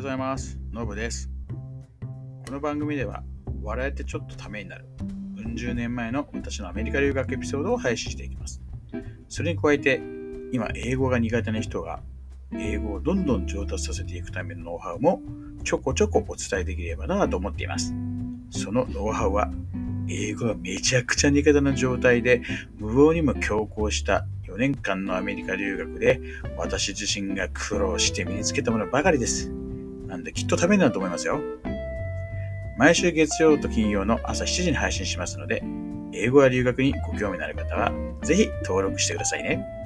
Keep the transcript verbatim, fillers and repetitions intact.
おはようございます。のぶです。この番組では笑えてちょっとためになるよんじゅうねんまえの私のアメリカ留学エピソードを配信していきます。それに加えて今英語が苦手な人が英語をどんどん上達させていくためのノウハウもちょこちょこお伝えできればなと思っています。そのノウハウは英語がめちゃくちゃ苦手な状態で無謀にも強行したよねんかんのアメリカ留学で私自身が苦労して身につけたものばかりです。なんできっとためになると思いますよ。毎週月曜と金曜の朝しちじに配信しますので、英語や留学にご興味のある方はぜひ登録してくださいね。